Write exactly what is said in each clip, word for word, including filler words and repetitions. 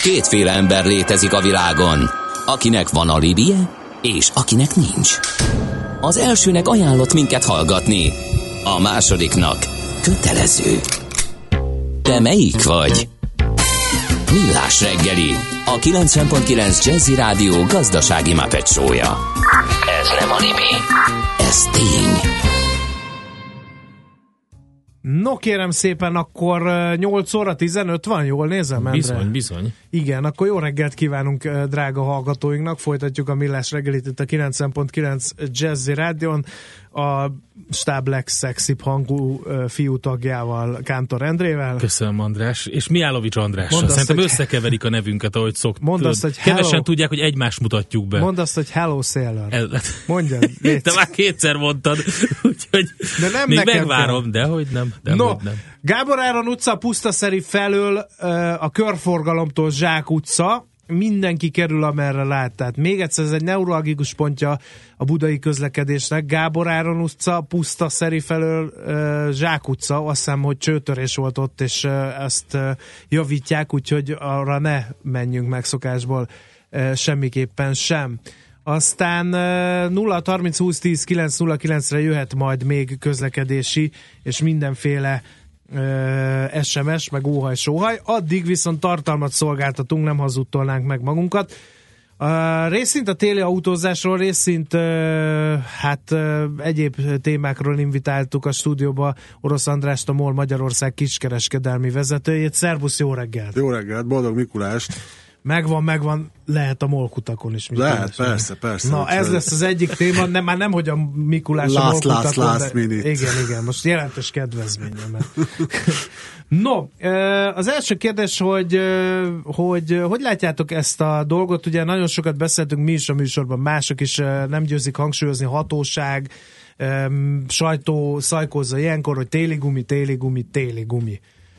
Kétféle ember létezik a világon, akinek van alibije, és akinek nincs. Az elsőnek ajánlott minket hallgatni, a másodiknak kötelező. Te melyik vagy? Millás reggeli, a kilencven pont kilenc Jazzy Rádió gazdasági Muppet show-ja. Ez nem anime, ez tény. No kérem szépen, akkor nyolc óra tizenöt van, jól nézem, Endre? Bizony, bizony. Igen, akkor jó reggelt kívánunk drága hallgatóinknak, folytatjuk a Millás reggelit itt a kilencven pont kilenc Jazzy Rádion, a stáb legszexibb hangú fiú tagjával, Kántor Endrével. Köszönöm, András. És Mihálovics Andrással. Mondd Szerintem azt, összekeverik a nevünket, ahogy szoktuk. Mondd azt, hogy hello. Kevesen tudják, hogy egymást mutatjuk be. Mondd azt, hogy hello sailor. El... Mondjad. Te már kétszer mondtad, úgyhogy de nem még nekem megvárom, kell. dehogy nem. No, dehogy nem. Gábor Áron utca, Pusztaszeri felől a körforgalomtól Zsák utca, mindenki kerül, amerre lát. Tehát még egyszer, ez egy neuralgikus pontja a budai közlekedésnek. Gábor Áron utca, Pusztaszeri felől Zsák utca, azt hiszem, hogy csőtörés volt ott, és ezt javítják, úgyhogy arra ne menjünk megszokásból semmiképpen sem. Aztán nulla harminc húsz tíz kilenc nulla kilencre jöhet majd még közlekedési és mindenféle es em es, meg óhaj-sóhaj. Addig viszont tartalmat szolgáltatunk, nem hazudtolnánk meg magunkat. Uh, részint a téli autózásról, részint uh, hát uh, egyéb témákról invitáltuk a stúdióba Orosz Andrást, a MOL Magyarország kiskereskedelmi vezetőjét. Szervusz, jó reggelt! Jó reggelt, boldog Mikulást! Megvan, megvan, lehet a molkutakon is. Lehet, persze, persze. Na, ez lesz az egyik téma, nem, már nem, hogy a Mikulás last, a molkutakon, last, last de minute. igen, igen, most jelentős kedvezménye. Mert... No, az első kérdés, hogy, hogy hogy látjátok ezt a dolgot, ugye nagyon sokat beszéltünk mi is a műsorban, mások is nem győzik hangsúlyozni, hatóság, sajtó szajkózza ilyenkor, hogy téli gumi, téli gumi, téli gumi.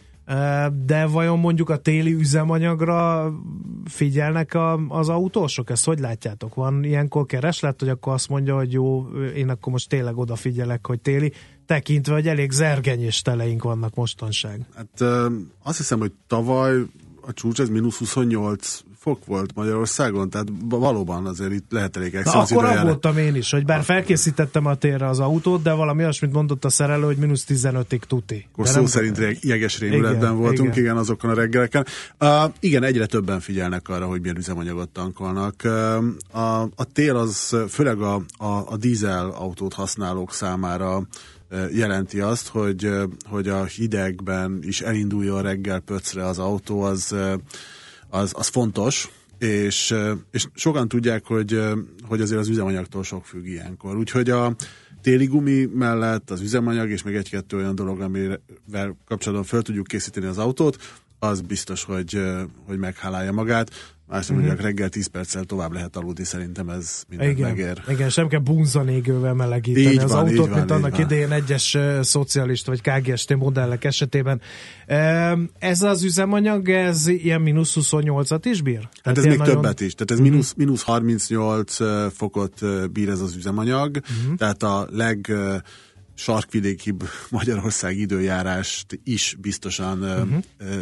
De vajon mondjuk a téli üzemanyagra figyelnek a, az autósok? Ezt hogy látjátok? Van ilyenkor kereslet, hogy akkor azt mondja, hogy jó, én akkor most tényleg odafigyelek, hogy téli, tekintve, hogy elég zergenyés teleink vannak mostanság. Hát azt hiszem, hogy tavaly a csúcs ez mínusz huszonnyolc fok volt Magyarországon, tehát valóban azért itt lehet elég extenzív. Akkor aggódtam én is, hogy bár felkészítettem a térre az autót, de valami olyasmit mondott a szerelő, hogy mínusz tizenötig tuti. Akkor szó szerint jeges rémületben igen, voltunk, igen. igen, azokon a reggeleken. Uh, igen, egyre többen figyelnek arra, hogy milyen üzemanyagot tankolnak. Uh, a, a tél az főleg a, a, a dízel autót használók számára jelenti azt, hogy, hogy a hidegben is elinduljon reggel pöcre az autó, az, az, az fontos, és, és sokan tudják, hogy, hogy azért az üzemanyagtól sok függ ilyenkor. Úgyhogy a téli gumi mellett az üzemanyag és még egy-kettő olyan dolog, amivel kapcsolatban fel tudjuk készíteni az autót, az biztos, hogy, hogy meghálálja magát. Más nem, uh-huh. hogy reggel tíz perccel tovább lehet aludni, szerintem ez mindent igen, megér. Igen, sem kell bunzanégővel melegíteni így az van, autót, van, mint annak van. idején egyes uh, szocialista vagy ká gé es té modellek esetében. Uh, ez az üzemanyag, ez ilyen mínusz huszonnyolcat is bír? Tehát hát ez még nagyon... többet is. Tehát ez uh-huh. mínusz, mínusz harmincnyolc fokot bír ez az üzemanyag, uh-huh. tehát a leg... sarkvidékibb Magyarország időjárást is biztosan uh-huh.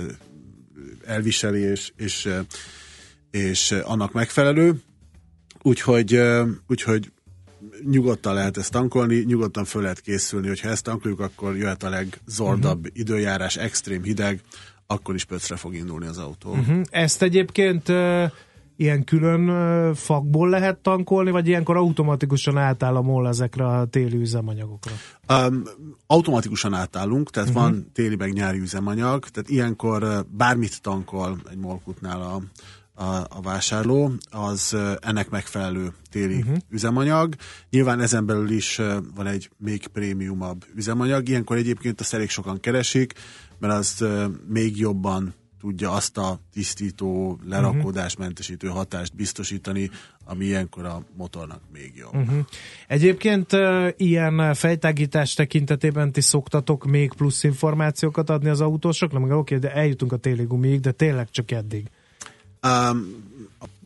elviseli, és, és, és annak megfelelő. Úgyhogy, úgyhogy nyugodtan lehet ezt tankolni, nyugodtan föl lehet készülni, hogyha ezt tankoljuk, akkor jöhet a legzordabb uh-huh. időjárás, extrém hideg, akkor is pöcre fog indulni az autó. Uh-huh. Ezt egyébként uh, ilyen külön uh, fakból lehet tankolni, vagy ilyenkor automatikusan átáll a MOL ezekre a téli üzemanyagokra? Um, automatikusan átállunk, tehát uh-huh. van téli meg nyári üzemanyag, tehát ilyenkor uh, bármit tankol egy molkutnál a, a, a vásárló, az uh, ennek megfelelő téli uh-huh. üzemanyag. Nyilván ezen belül is uh, van egy még prémiumabb üzemanyag, ilyenkor egyébként azt elég sokan keresik, mert az uh, még jobban tudja azt a tisztító, lerakódásmentesítő hatást biztosítani, ami ilyenkor a motornak még jobb. Uh-huh. Egyébként uh, ilyen fejtágítás tekintetében ti szoktatok még plusz információkat adni az autósoknak? Meg oké, okay, de eljutunk a téli gumiig, de tényleg csak eddig. Um,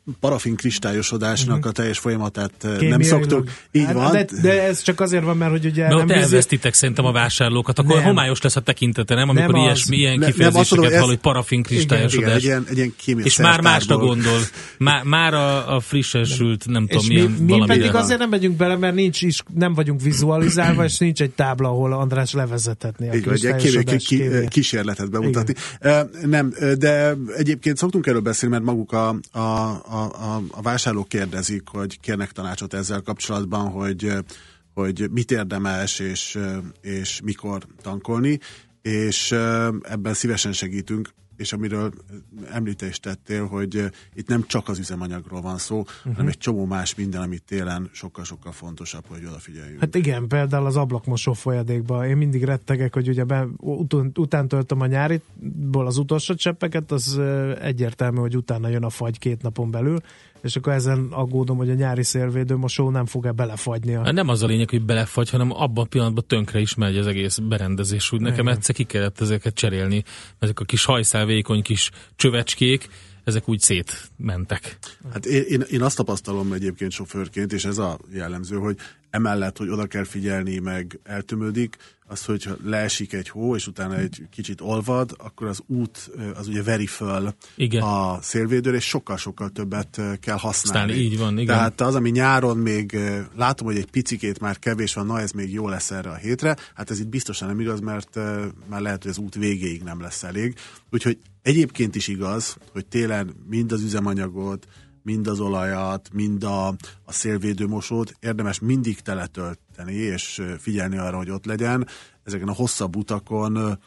parafin kristályosodásnak uh-huh. a teljes folyamatát Kémiai nem szoktuk. Így hát, van. De, de ez csak azért van, mert hogy ugye... De ott elvesztitek szerintem a vásárlókat, akkor nem. homályos lesz a tekintete, nem? Amikor nem ilyesmi, ilyen ne, kifejezéseket hall, hogy parafin kristályosodás. Egy ilyen, egy ilyen és már másra gondol. Már, már a, a frissen sült, nem és tudom, milyen mi, mi pedig azért nem megyünk bele, mert nincs is, nem vagyunk vizualizálva, és nincs egy tábla, ahol András levezethetné a kristályosodás kémiai kísérletet bemutatni. Nem, de egyébként szoktunk erről beszélni, mert maguk a, a, a, a vásárlók kérdezik, hogy kérnek tanácsot ezzel kapcsolatban, hogy, hogy mit érdemes és, és mikor tankolni, és ebben szívesen segítünk, és amiről említést tettél, hogy itt nem csak az üzemanyagról van szó, uh-huh. hanem egy csomó más minden, amit télen sokkal-sokkal fontosabb, hogy odafigyeljünk. Hát igen, például az ablakmosó folyadékban. Én mindig rettegek, hogy ugye be, után, után töltöm a nyáriból az utolsó cseppeket, az egyértelmű, hogy utána jön a fagy két napon belül, és akkor ezen aggódom, hogy a nyári szélvédőmosó nem fog-e belefagyni. A... Nem az a lényeg, hogy belefagy, hanem abban a pillanatban tönkre is megy az egész berendezés. Úgy nekem egyszer ki kellett ezeket cserélni. Ezek a kis hajszálvékony kis csövecskék, ezek úgy szétmentek. Hát én, én, én azt tapasztalom egyébként sofőrként, és ez a jellemző, hogy emellett, hogy oda kell figyelni, meg eltömődik, az, hogy leesik egy hó, és utána egy kicsit olvad, akkor az út, az ugye veri föl igen. a szélvédőre, és sokkal-sokkal többet kell használni. Aztán így van, igen. Tehát az, ami nyáron még látom, hogy egy picikét már kevés van, na ez még jó lesz erre a hétre, hát ez itt biztosan nem igaz, mert már lehet, hogy az út végéig nem lesz elég. Úgyhogy egyébként is igaz, hogy télen mind az üzemanyagot, mind az olajat, mind a, a szélvédőmosót érdemes mindig teletölteni, és figyelni arra, hogy ott legyen. Ezeken a hosszabb utakon,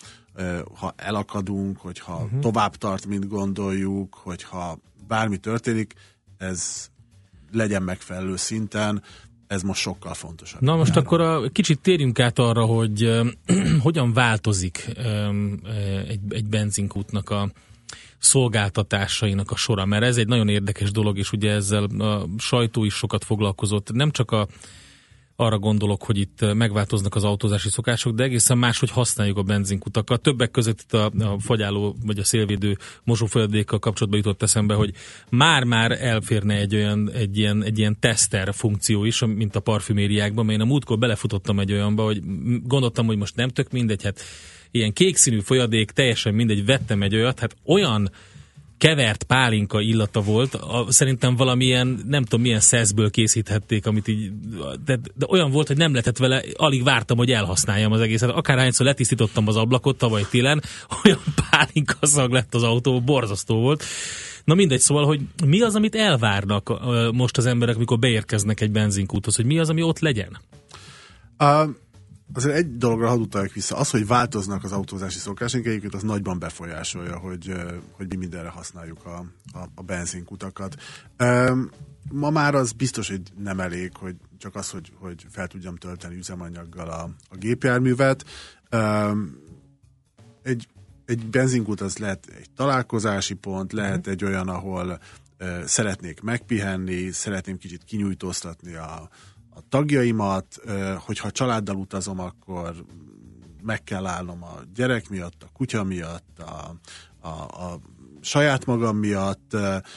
ha elakadunk, hogyha uh-huh. tovább tart, mint gondoljuk, hogyha bármi történik, ez legyen megfelelő szinten, ez most sokkal fontosabb. Na most akkor a, kicsit térjünk át arra, hogy uh, hogyan változik um, egy, egy benzinkútnak a szolgáltatásainak a sora, mert ez egy nagyon érdekes dolog, és ugye ezzel a sajtó is sokat foglalkozott. Nem csak a, arra gondolok, hogy itt megváltoznak az autózási szokások, de egészen máshogy használjuk a benzinkutakat. Többek között itt a, a fagyáló vagy a szélvédő mosófolyadékkal kapcsolatban jutott eszembe, hogy már-már elférne egy olyan, egy ilyen, egy ilyen teszter funkció is, mint a parfümériákban, mert én a múltkor belefutottam egy olyanba, hogy gondoltam, hogy most nem tök mindegy, hát ilyen kékszínű folyadék, teljesen mindegy, vettem egy olyat, hát olyan kevert pálinka illata volt, a, szerintem valamilyen, nem tudom milyen szeszből készíthették, amit így, de, de olyan volt, hogy nem lehetett vele, alig vártam, hogy elhasználjam az egészet. Akárhányszor letisztítottam az ablakot tavaly télen, olyan pálinka szag lett az autó, borzasztó volt. Na mindegy, szóval, hogy mi az, amit elvárnak uh, most az emberek, mikor beérkeznek egy benzinkúthoz, hogy mi az, ami ott legyen? Uh... Azért egy dologra hadd utaljak vissza. Az, hogy változnak az autózási szokásaink, egyébként az nagyban befolyásolja, hogy, hogy mi mindenre használjuk a, a, a benzinkutakat. Ma már az biztos, hogy nem elég, hogy csak az, hogy, hogy fel tudjam tölteni üzemanyaggal a, a gépjárművet. Egy, egy benzinkút az lehet egy találkozási pont, lehet egy olyan, ahol szeretnék megpihenni, szeretném kicsit kinyújtóztatni a a tagjaimat, hogyha családdal utazom, akkor meg kell állnom a gyerek miatt, a kutya miatt, a, a, a saját magam miatt,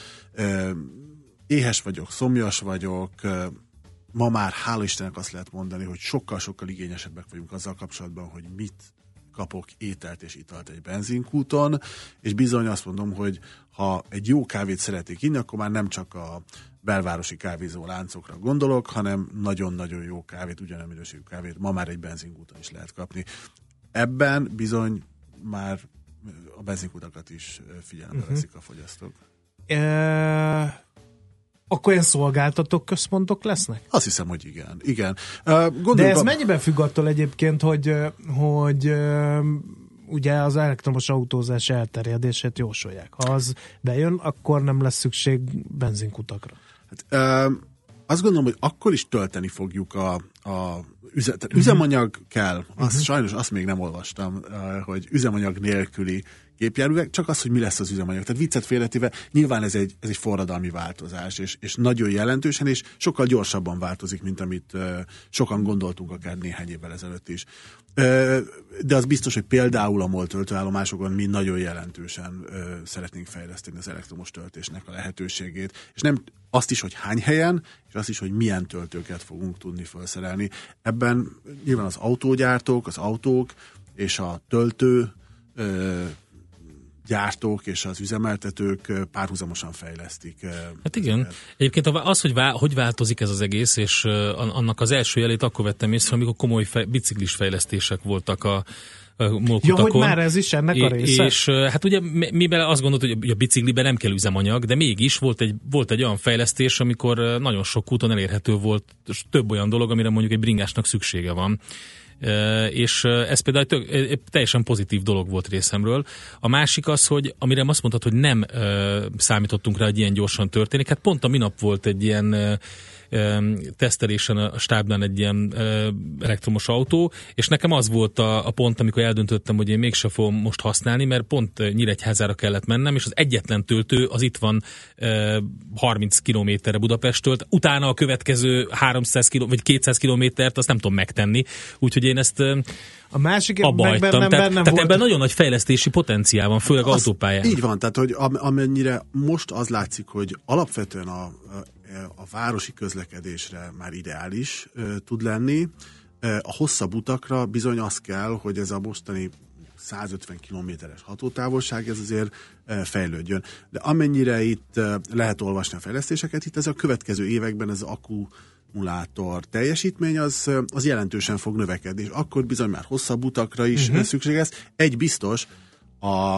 éhes vagyok, szomjas vagyok, ma már hál' Istennek azt lehet mondani, hogy sokkal-sokkal igényesebbek vagyunk azzal kapcsolatban, hogy mit kapok ételt és italt egy benzinkúton, és bizony azt mondom, hogy ha egy jó kávét szeretnék inni, akkor már nem csak a belvárosi kávézó láncokra gondolok, hanem nagyon-nagyon jó kávét, ugyanolyan minőségű kávét ma már egy benzinkúton is lehet kapni. Ebben bizony már a benzinkútakat is figyelembe uh-huh. veszik a fogyasztók. E- akkor ilyen szolgáltatók központok lesznek? Azt hiszem, hogy igen. igen. Uh, De ez a... mennyiben függ attól egyébként, hogy, hogy ugye az elektromos autózás elterjedését jósolják. Ha az bejön, akkor nem lesz szükség benzinkutakra. Hát, uh, azt gondolom, hogy akkor is tölteni fogjuk a, a üze, uh-huh. üzemanyag kell. Azt, uh-huh. Sajnos azt még nem olvastam, uh, hogy üzemanyag nélküli gépjárművek, csak az, hogy mi lesz az üzemanyag. Tehát viccet félretéve, nyilván ez egy, ez egy forradalmi változás, és, és nagyon jelentősen, és sokkal gyorsabban változik, mint amit uh, sokan gondoltunk akár néhány évvel ezelőtt is. Uh, de az biztos, hogy például a MOL töltőállomásokon mi nagyon jelentősen uh, szeretnénk fejleszteni az elektromos töltésnek a lehetőségét, és nem azt is, hogy hány helyen, és azt is, hogy milyen töltőket fogunk tudni felszerelni. Ebben nyilván az autógyártók, az autók és a töltő uh, gyártók és az üzemeltetők párhuzamosan fejlesztik. Hát igen. Egyébként az, hogy, vál, hogy változik ez az egész, és annak az első jelét akkor vettem észre, amikor komoly fej, biciklis fejlesztések voltak a Ja, hogy már ez is ennek a része? És hát ugye mivel azt gondolt, hogy a bicikliben nem kell üzemanyag, de mégis volt egy, volt egy olyan fejlesztés, amikor nagyon sok úton elérhető volt több olyan dolog, amire mondjuk egy bringásnak szüksége van. Uh, és uh, ez például tök, uh, teljesen pozitív dolog volt részemről. A másik az, hogy amire azt mondtad, hogy nem uh, számítottunk rá, hogy ilyen gyorsan történik. Hát pont a minap volt egy ilyen uh, um, tesztelésen a stábnál egy ilyen uh, elektromos autó, és nekem az volt a, a pont, amikor eldöntöttem, hogy én mégsem fogom most használni, mert pont Nyíregyházára kellett mennem, és az egyetlen töltő az itt van uh, harminc kilométerre Budapesttől, utána a következő háromszáz kiló, vagy kétszáz kilométert azt nem tudom megtenni, úgyhogy én ezt a másik abba hagytam. Bennem, tehát bennem tehát ebben nagyon nagy fejlesztési potenciál van, főleg az, autópályán. Így van, tehát hogy amennyire most az látszik, hogy alapvetően a, a, a városi közlekedésre már ideális uh, tud lenni, uh, a hosszabb utakra bizony az kell, hogy ez a mostani százötven kilométeres hatótávolság, ez azért uh, fejlődjön. De amennyire itt uh, lehet olvasni a fejlesztéseket, itt ez a következő években ez akku akkumulátor teljesítmény az, az jelentősen fog növekedni, és akkor bizony már hosszabb utakra is uh-huh. szükség lesz. Egy biztos, a,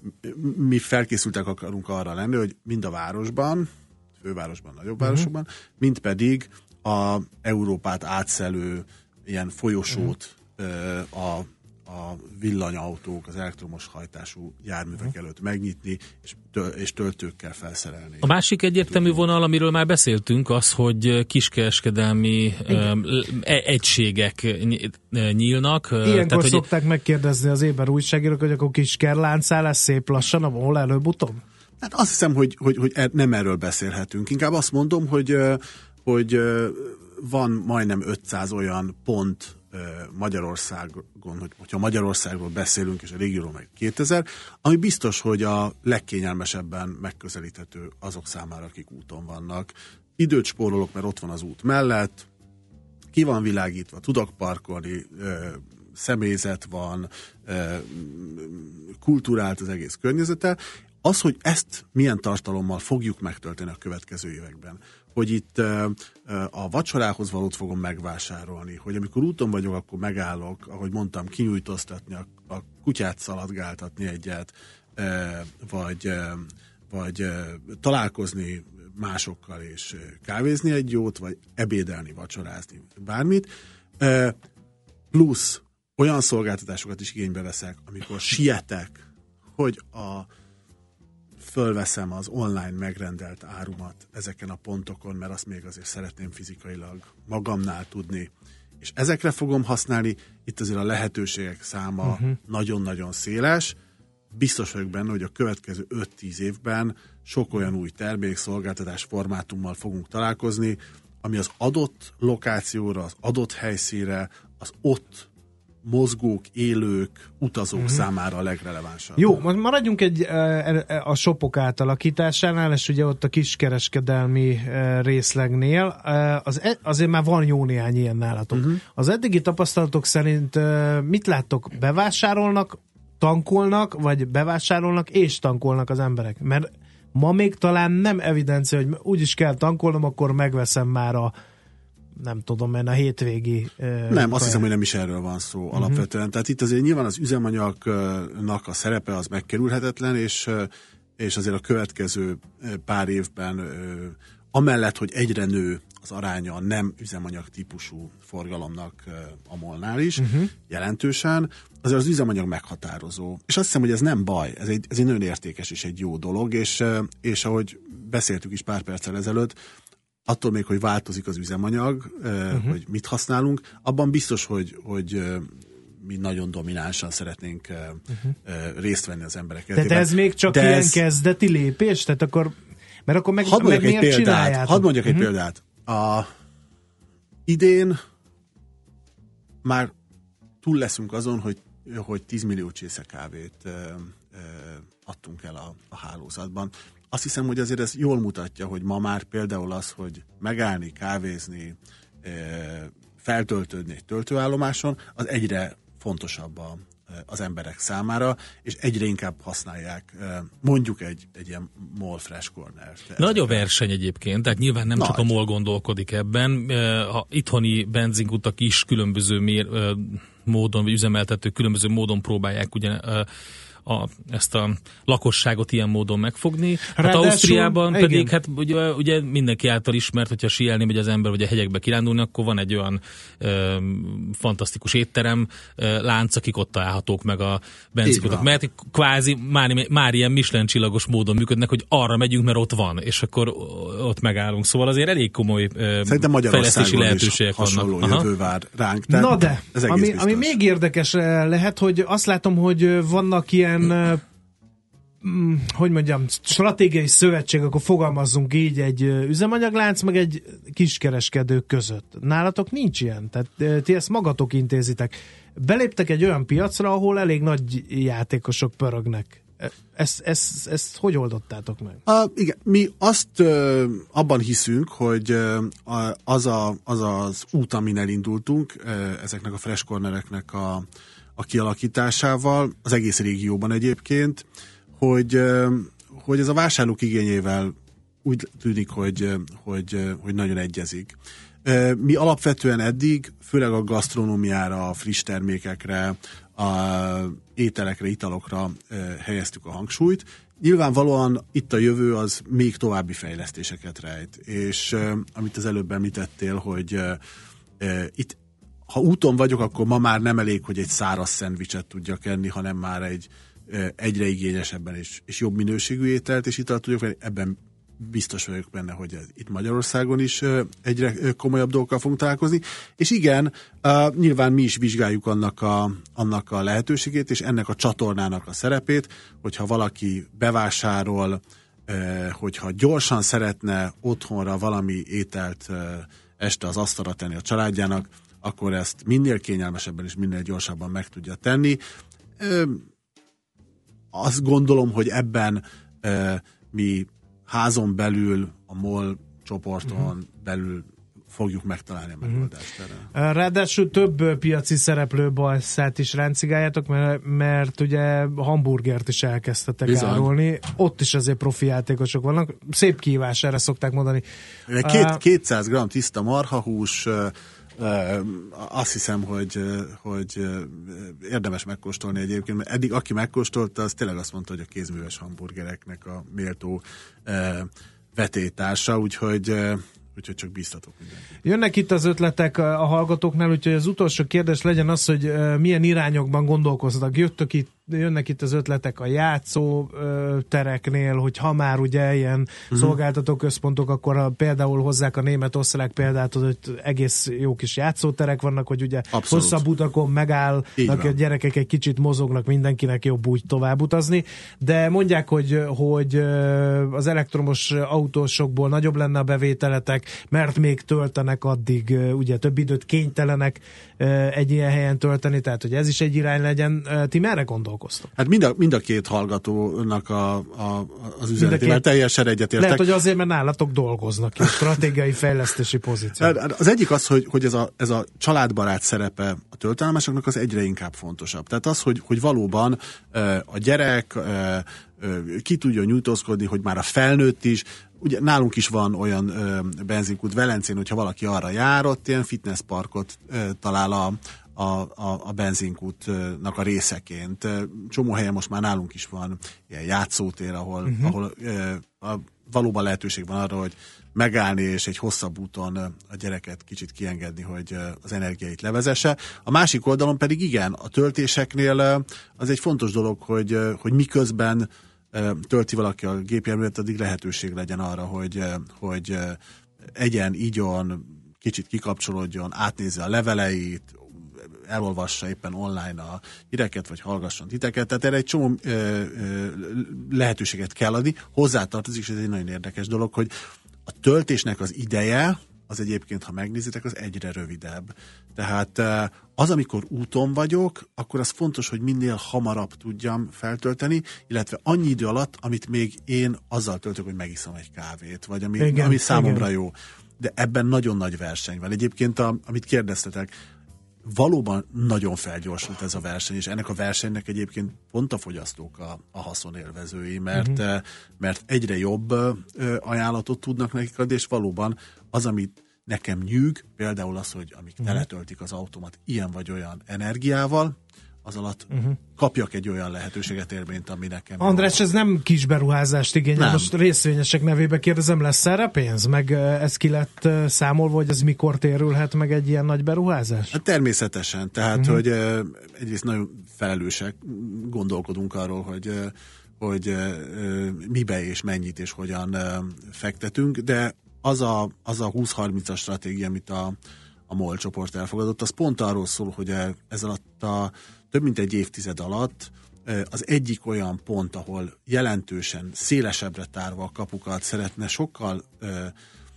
mi felkészültek akarunk arra lenni, hogy mind a városban, fővárosban, nagyobb uh-huh. városokban, mind pedig a Európát átszelő ilyen folyosót uh-huh. a a villanyautók, az elektromos hajtású járművek előtt megnyitni, és, töl- és töltőkkel felszerelni. A másik egyértelmű vonal, amiről már beszéltünk, az, hogy kiskereskedelmi um, egységek nyílnak. Ilyenkor Tehát, szokták hogy... megkérdezni az Éber újságírók, hogy akkor kiskerláncá lesz szép lassan, ahol előbb-utóbb? Hát azt hiszem, hogy, hogy, hogy nem erről beszélhetünk. Inkább azt mondom, hogy, hogy van majdnem ötszáz olyan pont Magyarországon, hogy, hogyha Magyarországról beszélünk, és a régióról meg kétezer, ami biztos, hogy a legkényelmesebben megközelíthető azok számára, akik úton vannak. Időt spórolok, mert ott van az út mellett, ki van világítva, tudok parkolni, személyzet van, kulturált az egész környezete. Az, hogy ezt milyen tartalommal fogjuk megtölteni a következő években, hogy itt a vacsorához valót fogom megvásárolni, hogy amikor úton vagyok, akkor megállok, ahogy mondtam, kinyújtóztatni, a, a kutyát szaladgáltatni egyet, vagy, vagy találkozni másokkal és kávézni egy jót, vagy ebédelni, vacsorázni, bármit. Plusz olyan szolgáltatásokat is igénybe veszek, amikor sietek, hogy a fölveszem az online megrendelt árumat ezeken a pontokon, mert azt még azért szeretném fizikailag magamnál tudni. És ezekre fogom használni, itt azért a lehetőségek száma uh-huh. nagyon-nagyon széles. Biztos vagyok benne, hogy a következő öt-tíz évben sok olyan új termék, szolgáltatás formátummal fogunk találkozni, ami az adott lokációra, az adott helyszínre, az ott mozgók, élők, utazók uh-huh. számára a legrelevánsabb. Jó, most maradjunk egy a shopok átalakításánál, és ugye ott a kiskereskedelmi részlegnél. Az, azért már van jó néhány ilyen nálatok. Uh-huh. Az eddigi tapasztalatok szerint mit láttok? Bevásárolnak, tankolnak, vagy bevásárolnak és tankolnak az emberek? Mert ma még talán nem evidencia, hogy úgyis kell tankolnom, akkor megveszem már a nem tudom, mert a hétvégi... Uh, nem, azt hiszem, hogy nem is erről van szó uh-huh. alapvetően. Tehát itt azért nyilván az üzemanyagnak a szerepe az megkerülhetetlen, és, és azért a következő pár évben amellett, hogy egyre nő az aránya a nem üzemanyag típusú forgalomnak a MOL-nál is, uh-huh. jelentősen, azért az üzemanyag meghatározó. És azt hiszem, hogy ez nem baj, ez egy, ez egy nagyon értékes és egy jó dolog, és, és ahogy beszéltük is pár perccel ezelőtt, attól még, hogy változik az üzemanyag, uh-huh. hogy mit használunk, abban biztos, hogy, hogy mi nagyon dominánsan szeretnénk uh-huh. részt venni az emberek életében. Tehát ez még csak ilyen ez... kezdeti lépés? Tehát akkor, mert akkor meg, meg miért példát, csináljátok? Hadd mondjak uh-huh. egy példát. A, idén már túl leszünk azon, hogy, hogy tíz millió csésze kávét ö, ö, adtunk el a, a hálózatban. Azt hiszem, hogy azért ez jól mutatja, hogy ma már például az, hogy megállni, kávézni, ö, feltöltődni egy töltőállomáson, az egyre fontosabb a, az emberek számára, és egyre inkább használják mondjuk egy, egy ilyen MOL Fresh Corner-t. Nagy a verseny egyébként, tehát nyilván nem Nagy. csak a MOL gondolkodik ebben. A itthoni benzinkutak is különböző mér, módon, vagy üzemeltetők különböző módon próbálják ugye A, ezt a lakosságot ilyen módon megfogni. Hát Ráadásul, Ausztriában igen. pedig hát ugye, ugye mindenki által ismert, hogyha síelni megy az ember, vagy a hegyekbe kirándulni, akkor van egy olyan ö, fantasztikus étterem ö, lánc, akik ott találhatók meg a benzinkutak. Mert kvázi már, már ilyen Michelin csillagos módon működnek, hogy arra megyünk, mert ott van, és akkor ott megállunk. Szóval azért elég komoly ö, fejlesztési lehetőségek vannak. Hasonló jövő vár ránk. Tehát na de, ami, ami még érdekes lehet, hogy azt látom, hogy vannak ilyen hogy mondjam, stratégiai szövetség, akkor fogalmazzunk így, egy üzemanyaglánc, meg egy kiskereskedő között. Nálatok nincs ilyen, tehát ti ezt magatok intézitek. Beléptek egy olyan piacra, ahol elég nagy játékosok pörögnek. Ezt, ezt, ezt hogy oldottátok meg? A, igen, mi azt ö, abban hiszünk, hogy ö, az, a, az az út, amin elindultunk, ö, ezeknek a fresh cornereknek a a kialakításával, az egész régióban egyébként, hogy, hogy ez a vásárlók igényével úgy tűnik, hogy, hogy, hogy nagyon egyezik. Mi alapvetően eddig, főleg a gasztronómiára, a friss termékekre, a ételekre, italokra helyeztük a hangsúlyt. Nyilvánvalóan itt a jövő az még további fejlesztéseket rejt, és amit az előbb említettél, hogy itt ha úton vagyok, akkor ma már nem elég, hogy egy száraz szendvicset tudjak enni, hanem már egy egyre igényesebben és, és jobb minőségű ételt és italt tudjak venni. Ebben biztos vagyok benne, hogy ez itt Magyarországon is egyre komolyabb dolgokkal fogunk találkozni. És igen, nyilván mi is vizsgáljuk annak a, annak a lehetőségét, és ennek a csatornának a szerepét, hogyha valaki bevásárol, hogyha gyorsan szeretne otthonra valami ételt este az asztalra tenni a családjának, akkor ezt minél kényelmesebben és minél gyorsabban meg tudja tenni. Ö, azt gondolom, hogy ebben ö, mi házon belül, a MOL csoporton uh-huh. belül fogjuk megtalálni a megoldást erre. Ráadásul több piaci szereplő balszát is ráncigáljátok, mert, mert ugye hamburgert is elkezdtetek Bizony. árulni. Ott is azért profi játékosok vannak. Szép kihívás, erre szokták mondani. Két, kétszáz gramm tiszta marhahús, Uh, azt hiszem, hogy, hogy érdemes megkóstolni egyébként, mert eddig aki megkóstolta, az tényleg azt mondta, hogy a kézműves hamburgereknek a méltó uh, vetétársa, úgyhogy, uh, úgyhogy csak bíztatok mindenkit. Jönnek itt az ötletek a hallgatóknál, úgyhogy az utolsó kérdés legyen az, hogy uh, milyen irányokban gondolkoztak. Jöttök itt, jönnek itt az ötletek a játszó uh, tereknél, hogy ha már ugye ilyen uh-huh. szolgáltató központok, akkor ha például hozzák a német-osztrák példát, hogy egész jó kis játszóterek vannak, hogy ugye Abszolút. hosszabb utakon megállnak, a gyerekek egy kicsit mozognak, mindenkinek jobb úgy tovább utazni, de mondják, hogy, hogy az elektromos autósokból nagyobb lenne a bevételetek, mert még töltenek addig, ugye több időt kénytelenek egy ilyen helyen tölteni, tehát hogy ez is egy irány legyen. Ti merre gondolkoztok? Hát mind a, mind a két hallgatónak a, a, az üzenetével teljesen egyetértek. Lehet, hogy azért, mert nálatok dolgoznak és stratégiai fejlesztési pozíció. Az egyik az, hogy, hogy ez, a, ez a családbarát szerepe a töltelmásoknak az egyre inkább fontosabb. Tehát az, hogy, hogy valóban a gyerek ki tudjon nyújtózkodni, hogy már a felnőtt is. Ugye nálunk is van olyan ö, benzinkút Velencén, hogyha valaki arra jár, ott ilyen fitnessparkot ö, talál a, a, a, a benzinkútnak a részeként. Csomó helyen most már nálunk is van ilyen játszótér, ahol, uh-huh. ahol ö, a, valóban lehetőség van arra, hogy megállni és egy hosszabb úton a gyereket kicsit kiengedni, hogy az energiait levezesse. A másik oldalon pedig igen, a töltéseknél az egy fontos dolog, hogy, hogy miközben tölti valaki a gépjárművet, addig lehetőség legyen arra, hogy, hogy egyen, igyon, kicsit kikapcsolódjon, átnézze a leveleit, elolvassa éppen online a híreket, vagy hallgasson titeket. Tehát erre egy csomó ö, ö, lehetőséget kell adni. Hozzátartozik, és ez egy nagyon érdekes dolog, hogy a töltésnek az ideje, az egyébként, ha megnézitek, az egyre rövidebb. Tehát az, amikor úton vagyok, akkor az fontos, hogy minél hamarabb tudjam feltölteni, illetve annyi idő alatt, amit még én azzal töltök, hogy megiszom egy kávét, vagy ami, igen, ami számomra igen. jó. De ebben nagyon nagy verseny van. Egyébként, a, amit kérdeztetek, valóban nagyon felgyorsult ez a verseny, és ennek a versenynek egyébként pont a fogyasztók a, a haszonélvezői, mert, uh-huh. mert egyre jobb ajánlatot tudnak nekik adni, és valóban az, amit nekem nyűg, például az, hogy amik uh-huh. teletöltik az automat ilyen vagy olyan energiával, az alatt uh-huh. kapjak egy olyan lehetőséget, élményt, ami nekem... András, ez nem kis beruházást igényel. Most részvényesek nevébe kérdezem, lesz erre pénz? Meg ez ki lett számolva, hogy ez mikor térülhet meg egy ilyen nagy beruházás? Hát természetesen. Tehát, uh-huh. hogy egyrészt nagyon felelősek, gondolkodunk arról, hogy, hogy mibe és mennyit és hogyan fektetünk, de az a, az a húsz-harmincas stratégia, amit a, a MOL csoport elfogadott, az pont arról szól, hogy ez alatt a több mint egy évtized alatt az egyik olyan pont, ahol jelentősen szélesebbre tárva a kapukat szeretne sokkal ö,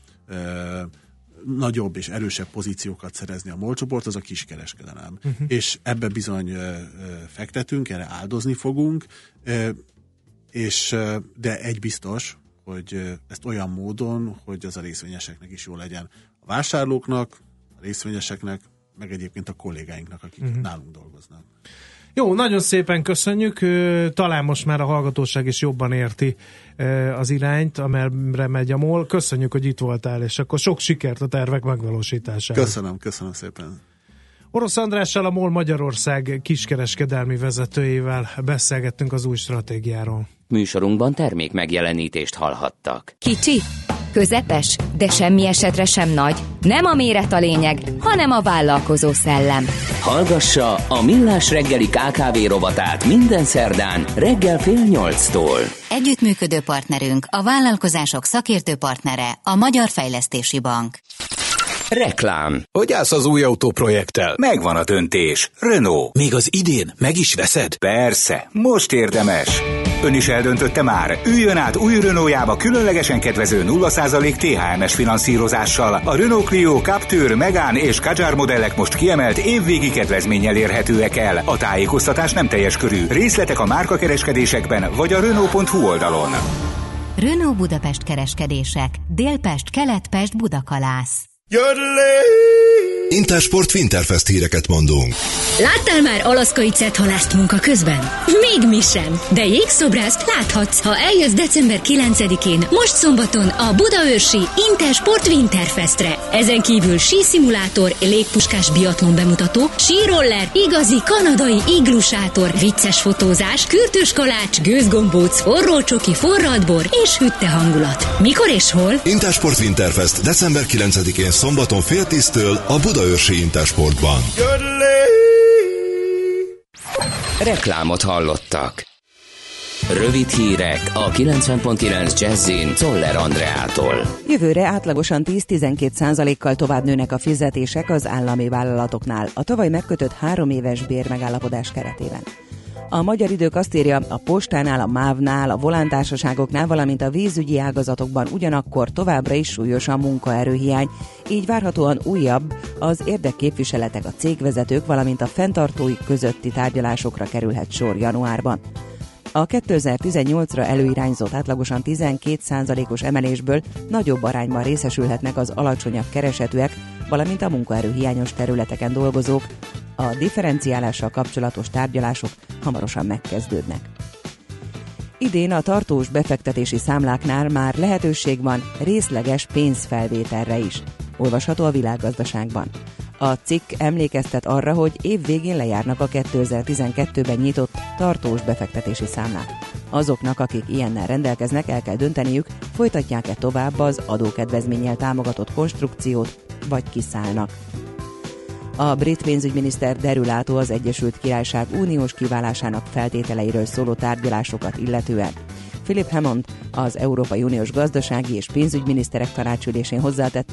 ö, nagyobb és erősebb pozíciókat szerezni a MOL csoport, az a kiskereskedelem. Uh-huh. És ebbe bizony ö, ö, fektetünk, erre áldozni fogunk, ö, és, ö, de egy biztos, hogy ezt olyan módon, hogy az a részvényeseknek is jó legyen. A vásárlóknak, a részvényeseknek, meg egyébként a kollégáinknak, akik uh-huh. nálunk dolgoznak. Jó, nagyon szépen köszönjük. Talán most már a hallgatóság is jobban érti az irányt, amerre megy a MOL. Köszönjük, hogy itt voltál, és akkor sok sikert a tervek megvalósítására. Köszönöm, köszönöm szépen. Orosz Andrással, a MOL Magyarország kiskereskedelmi vezetőjével beszélgettünk az új stratégiáról. Műsorunkban termék megjelenítést hallhattak. Kicsi, közepes, de semmi esetre sem nagy. Nem a méret a lényeg, hanem a vállalkozó szellem. Hallgassa a Millás reggeli ká ká vé rovatát minden szerdán reggel fél nyolctól. Együttműködő partnerünk, a vállalkozások szakértő partnere, a Magyar Fejlesztési Bank. Reklám. Hogy állsz az új autóprojekttel? Megvan a döntés. Renault. Még az idén meg is veszed? Persze, most érdemes. Ön is eldöntötte már. Üljön át új Renaultjába különlegesen kedvező nulla százalék té há em es finanszírozással. A Renault Clio, Captur, Megane és Kadjar modellek most kiemelt évvégi kedvezménnyel érhetőek el. A tájékoztatás nem teljes körű. Részletek a márkakereskedésekben vagy a Renault pont hu oldalon. Renault Budapest kereskedések. Délpest, Keletpest, Budakalász. Intersport Winterfest híreket mondunk. Láttál már alaszkai cethalászt munka közben? Még mi sem, de jégszobrászt láthatsz, ha eljössz december kilencedikén, most szombaton a budaörsi Intersport Winterfestre. Ezen kívül síszimulátor, légpuskás biatlon bemutató, síroller, igazi kanadai iglusátor, vicces fotózás, kürtős kalács, gőzgombóc, forró csoki, forradbor és hütte hangulat. Mikor és hol? Intersport Winterfest december kilencedikén szombaton fél tíztől a budaörsi Intersportban. Reklámot hallottak. Rövid hírek a kilencven pont kilenc Jazzin Czoller Andreától. Jövőre átlagosan tíz-tizenkét százalékkal tovább nőnek a fizetések az állami vállalatoknál a tavaly megkötött három éves bérmegállapodás keretében. A Magyar Idők azt írja, a postánál, a mávnál, a volántársaságoknál, valamint a vízügyi ágazatokban ugyanakkor továbbra is súlyos a munkaerőhiány, így várhatóan újabb az érdekképviseletek, a cégvezetők, valamint a fenntartóik közötti tárgyalásokra kerülhet sor januárban. A kétezer-tizennyolcra előirányzott átlagosan tizenkét százalékos emelésből nagyobb arányban részesülhetnek az alacsonyabb keresetűek, valamint a munkaerőhiányos területeken dolgozók. A differenciálással kapcsolatos tárgyalások hamarosan megkezdődnek. Idén a tartós befektetési számláknál már lehetőség van részleges pénzfelvételre is. Olvasható a Világgazdaságban. A cikk emlékeztet arra, hogy év végén lejárnak a kétezer-tizenkettőben nyitott tartós befektetési számlák. Azoknak, akik ilyennel rendelkeznek, el kell dönteniük, folytatják-e tovább az adókedvezménnyel támogatott konstrukciót, vagy kiszállnak. A brit pénzügyminiszter derülátó az Egyesült Királyság uniós kiválásának feltételeiről szóló tárgyalásokat illetően. Philip Hammond, az Európai Uniós Gazdasági és Pénzügyminiszterek tanácsülésén hozzátette,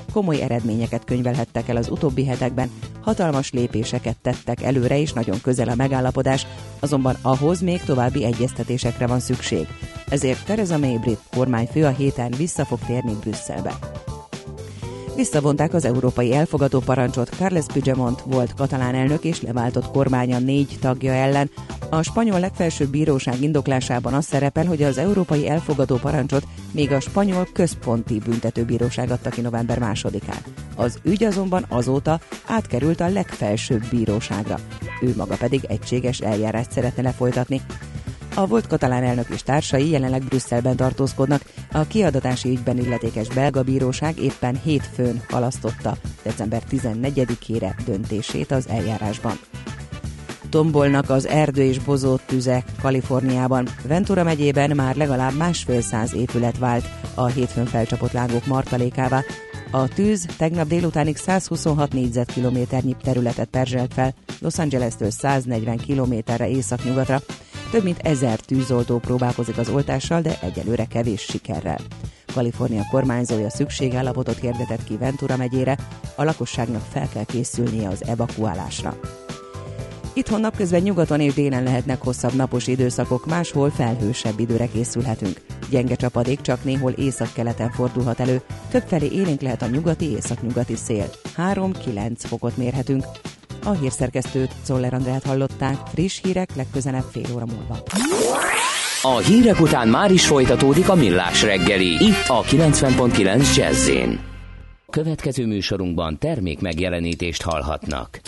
komoly eredményeket könyvelhettek el az utóbbi hetekben, hatalmas lépéseket tettek előre és nagyon közel a megállapodás, azonban ahhoz még további egyeztetésekre van szükség. Ezért Theresa May brit kormányfő a héten vissza fog térni Brüsszelbe. Visszavonták az európai elfogadó parancsot Carles Puigdemont volt katalán elnök és leváltott kormánya négy tagja ellen. A spanyol legfelsőbb bíróság indoklásában az szerepel, hogy az európai elfogadó parancsot még a spanyol központi büntetőbíróság adta ki november másodikán. Az ügy azonban azóta átkerült a legfelsőbb bíróságra. Ő maga pedig egységes eljárást szeretne lefolytatni. A volt katalán elnök és társai jelenleg Brüsszelben tartózkodnak, a kiadatási ügyben illetékes belga bíróság éppen hétfőn halasztotta december tizennegyedikére döntését az eljárásban. Tombolnak az erdő és bozót tüzek Kaliforniában. Ventura megyében már legalább másfél száz épület vált a hétfőn felcsapott lángok martalékává. A tűz tegnap délutánig százhuszonhat négyzetkilométernyi területet perzselt fel, Los Angeles-től száznegyven kilométerre északnyugatra. Több mint ezer tűzoltó próbálkozik az oltással, de egyelőre kevés sikerrel. Kalifornia kormányzója szükségállapotot hirdetett ki Ventura megyére, a lakosságnak fel kell készülnie az evakuálásra. Itthon napközben nyugaton és délen lehetnek hosszabb napos időszakok, máshol felhősebb időre készülhetünk. Gyenge csapadék csak néhol északkeleten fordulhat elő, többfelé élénk lehet a nyugati északnyugati szél. három-kilenc fokot mérhetünk. A hírszerkesztőt, Czoller Andrát hallották, friss hírek legközelebb fél óra múlva. A hírek után már is folytatódik a Millás reggeli, itt a kilencven pont kilenc Jazz-én. Következő műsorunkban termék megjelenítést hallhatnak.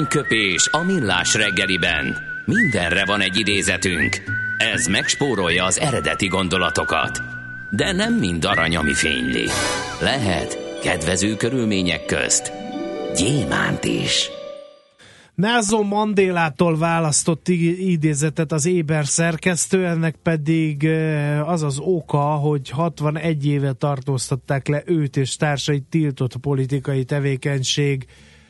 Aranyköpés a millás reggeliben. Mindenre van egy idézetünk. Ez megspórolja az eredeti gondolatokat. De nem mind arany, ami fényli. Lehet kedvező körülmények közt gyémánt is. Nelson Mandélától választott idézetet az Éber szerkesztő, ennek pedig az az oka, hogy hatvanegy éve tartóztatták le őt és társait tiltott politikai tevékenység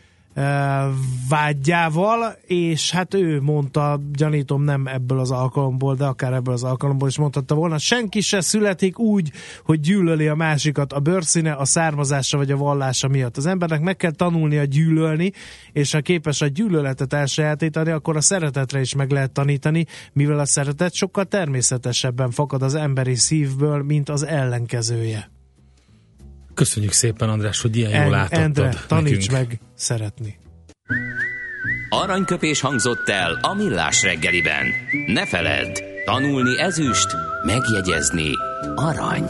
vádjával, és hát ő mondta, gyanítom nem ebből az alkalomból, de akár ebből az alkalomból is mondhatta volna, senki se születik úgy, hogy gyűlöli a másikat a bőrszíne, a származása vagy a vallása miatt. Az embernek meg kell tanulnia gyűlölni, és ha képes a gyűlöletet elsajátítani, akkor a szeretetre is meg lehet tanítani, mivel a szeretet sokkal természetesebben fakad az emberi szívből, mint az ellenkezője. Köszönjük szépen, András, hogy ilyen jól átadtad Endre, taníts nekünk. meg szeretni. Aranyköpés hangzott el a millás reggeliben. Ne feledd, tanulni ezüst, megjegyezni arany.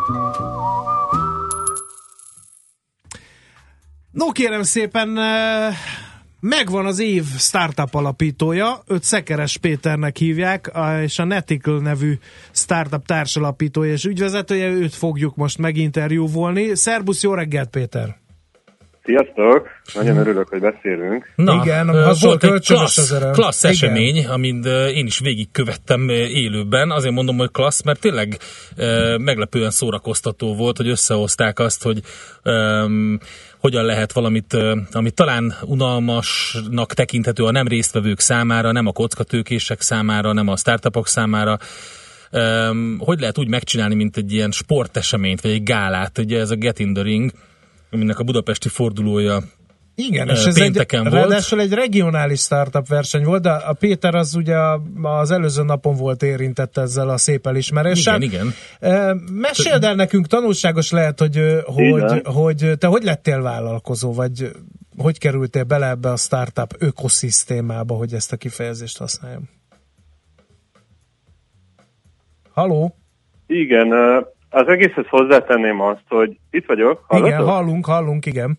No kérem szépen, megvan az év startup alapítója, őt Szekeres Péternek hívják, és a Neticle nevű startup társalapítója és ügyvezetője, őt fogjuk most meginterjúvolni. Szerbusz, jó reggelt, Péter! Sziasztok! Nagyon örülök, hogy beszélünk. Na, igen, uh, volt egy klassz, klassz, klassz esemény, amit uh, én is végigkövettem uh, élőben. Azért mondom, hogy klassz, mert tényleg uh, meglepően szórakoztató volt, hogy összehozták azt, hogy um, hogyan lehet valamit, uh, amit talán unalmasnak tekinthető a nem résztvevők számára, nem a kockatőkések számára, nem a startupok számára, um, hogy lehet úgy megcsinálni, mint egy ilyen sporteseményt, vagy egy gálát. Ugye ez a Get in the Ring, aminek a budapesti fordulója igen, és ez egy, ráadásul egy regionális startup verseny volt, de a Péter az ugye az előző napon volt érintett ezzel a szép elismeréssel. Igen, igen. Meséld el nekünk, tanulságos lehet, hogy, hogy, hogy te hogy lettél vállalkozó, vagy hogy kerültél bele ebbe a startup ökoszisztémába, hogy ezt a kifejezést használjam. Halló? Igen, az egészhez hozzátenném azt, hogy itt vagyok. Hallatok? Igen, hallunk, hallunk, igen.